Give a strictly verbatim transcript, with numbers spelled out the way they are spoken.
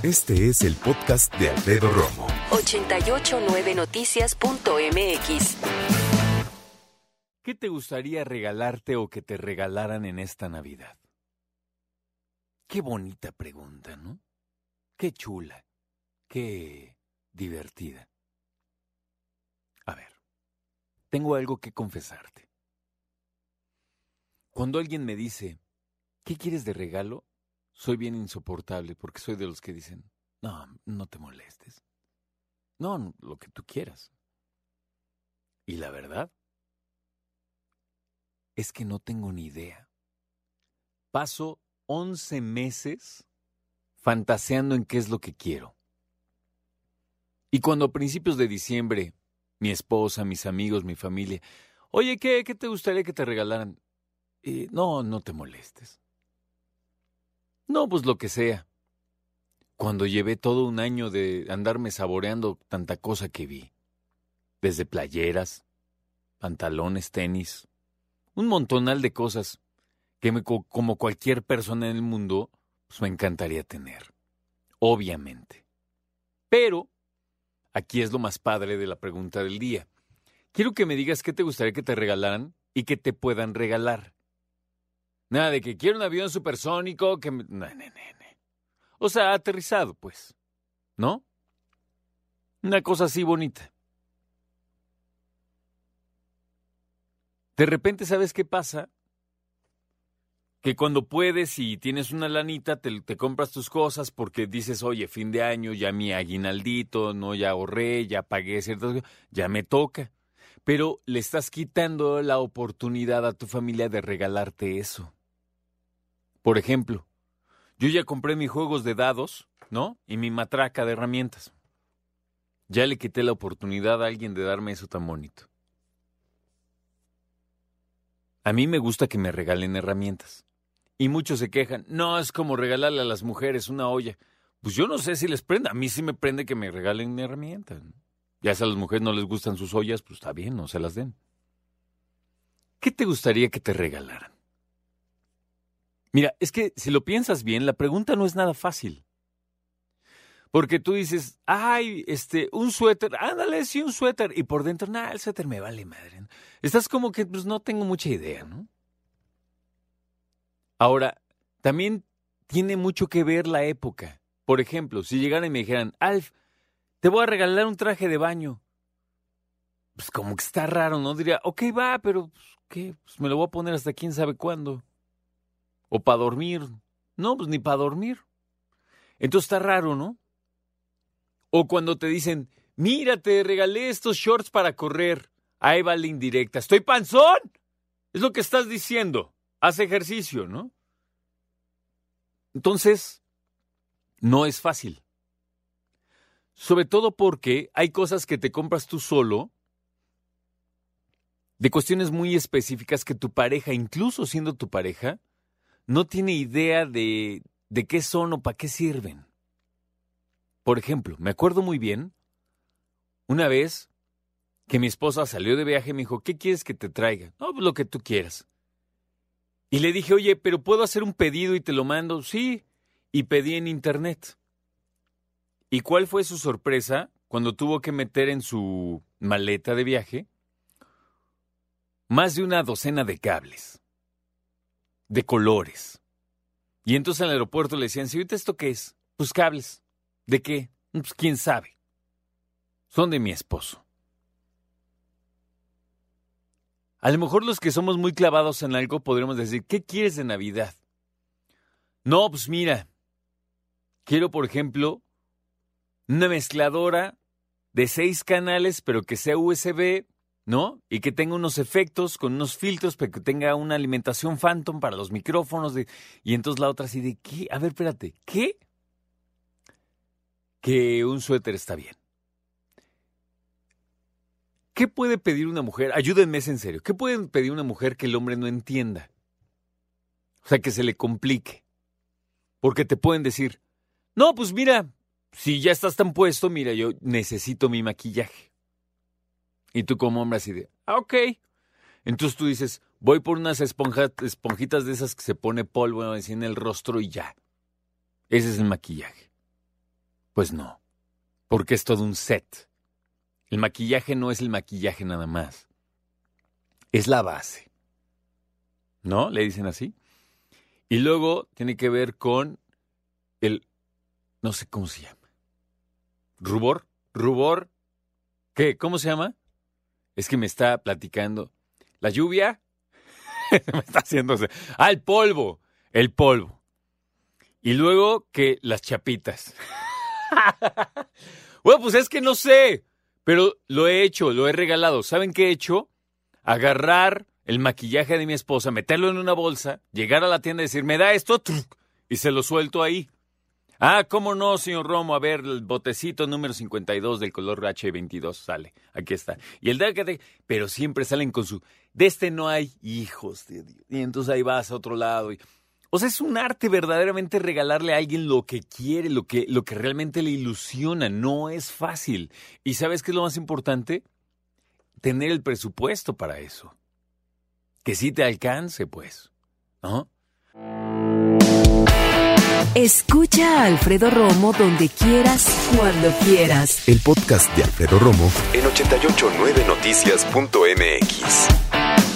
Este es el podcast de Alfredo Romo. ochenta y ocho nueve noticias punto m x. ¿Qué te gustaría regalarte o que te regalaran en esta Navidad? Qué bonita pregunta, ¿no? Qué chula, qué divertida. A ver, tengo algo que confesarte. Cuando alguien me dice, ¿qué quieres de regalo? Soy bien insoportable porque soy de los que dicen, no, no te molestes. No, lo que tú quieras. Y la verdad es que no tengo ni idea. Paso once meses fantaseando en qué es lo que quiero. Y cuando a principios de diciembre, mi esposa, mis amigos, mi familia, oye, ¿qué, qué te gustaría que te regalaran? Eh, no, no te molestes. No, pues lo que sea. Cuando llevé todo un año de andarme saboreando tanta cosa que vi. Desde playeras, pantalones, tenis, un montonal de cosas que me, como cualquier persona en el mundo, pues me encantaría tener. Obviamente. Pero, aquí es lo más padre de la pregunta del día. Quiero que me digas qué te gustaría que te regalaran y que te puedan regalar. Nada de que quiero un avión supersónico que me... No, no, no, no. O sea, aterrizado, pues. ¿No? Una cosa así bonita. De repente, ¿sabes qué pasa? Que cuando puedes y tienes una lanita, te, te compras tus cosas porque dices, oye, fin de año, ya mi aguinaldito, no, ya ahorré, ya pagué ciertas cosas, ya me toca. Pero le estás quitando la oportunidad a tu familia de regalarte eso. Por ejemplo, yo ya compré mis juegos de dados, ¿no? Y mi matraca de herramientas. Ya le quité la oportunidad a alguien de darme eso tan bonito. A mí me gusta que me regalen herramientas. Y muchos se quejan, no, es como regalarle a las mujeres una olla. Pues yo no sé si les prende, a mí sí me prende que me regalen herramientas. Ya si a las mujeres no les gustan sus ollas, pues está bien, no se las den. ¿Qué te gustaría que te regalaran? Mira, es que si lo piensas bien, la pregunta no es nada fácil. Porque tú dices, ay, este, un suéter, ándale, sí, un suéter. Y por dentro, nada, el suéter me vale madre. Estás como que, pues no tengo mucha idea, ¿no? Ahora, también tiene mucho que ver la época. Por ejemplo, si llegaran y me dijeran, Alf, te voy a regalar un traje de baño. Pues como que está raro, ¿no? Diría, ok, va, pero pues, ¿qué? Pues me lo voy a poner hasta quién sabe cuándo. O para dormir. No, pues ni para dormir. Entonces está raro, ¿no? O cuando te dicen, mira, te regalé estos shorts para correr. Ahí va la indirecta. ¡Estoy panzón! Es lo que estás diciendo. Haz ejercicio, ¿no? Entonces, no es fácil. Sobre todo porque hay cosas que te compras tú solo, de cuestiones muy específicas que tu pareja, incluso siendo tu pareja, no tiene idea de, de qué son o para qué sirven. Por ejemplo, me acuerdo muy bien, una vez que mi esposa salió de viaje y me dijo, ¿qué quieres que te traiga? No, pues lo que tú quieras. Y le dije, oye, ¿pero puedo hacer un pedido y te lo mando? Sí, y pedí en internet. ¿Y cuál fue su sorpresa cuando tuvo que meter en su maleta de viaje más de una docena de cables, de colores? Y entonces en el aeropuerto le decían, ¿sí, ahorita esto qué es? Pues cables. ¿De qué? Pues quién sabe. Son de mi esposo. A lo mejor los que somos muy clavados en algo podremos decir, ¿qué quieres de Navidad? No, pues mira, quiero, por ejemplo, una mezcladora de seis canales, pero que sea U S B, ¿no? Y que tenga unos efectos con unos filtros, pero que tenga una alimentación Phantom para los micrófonos. De... Y entonces la otra así de, ¿qué? A ver, espérate, ¿qué? Que un suéter está bien. ¿Qué puede pedir una mujer? Ayúdenme, es en serio. ¿Qué puede pedir una mujer que el hombre no entienda? O sea, que se le complique. Porque te pueden decir, no, pues mira, si ya estás tan puesto, mira, yo necesito mi maquillaje. Y tú como hombre así de, ah, ok. Entonces tú dices, voy por unas esponja, esponjitas de esas que se pone polvo así en el rostro y ya. Ese es el maquillaje. Pues no, porque es todo un set. El maquillaje no es el maquillaje nada más. Es la base. ¿No? ¿Le dicen así? Y luego tiene que ver con el, no sé cómo se llama. ¿Rubor? ¿Rubor? ¿Qué? ¿Cómo se llama? Es que me está platicando. ¿La lluvia? me está haciendo... Ah, el polvo. El polvo. Y luego que las chapitas. Bueno, pues es que no sé. Pero lo he hecho, lo he regalado. ¿Saben qué he hecho? Agarrar el maquillaje de mi esposa, meterlo en una bolsa, llegar a la tienda y decir, ¿me da esto? Y se lo suelto ahí. Ah, ¿cómo no, señor Romo? A ver, el botecito número cincuenta y dos del color H veintidós sale. Aquí está. Y el de... Pero siempre salen con su... De este no hay hijos de Dios. Y entonces ahí vas a otro lado. Y... O sea, es un arte verdaderamente regalarle a alguien lo que quiere, lo que, lo que realmente le ilusiona. No es fácil. ¿Y sabes qué es lo más importante? Tener el presupuesto para eso. Que sí te alcance, pues, ¿no? Escucha a Alfredo Romo donde quieras, cuando quieras. El podcast de Alfredo Romo en ochenta y ocho punto nueve noticias punto m x.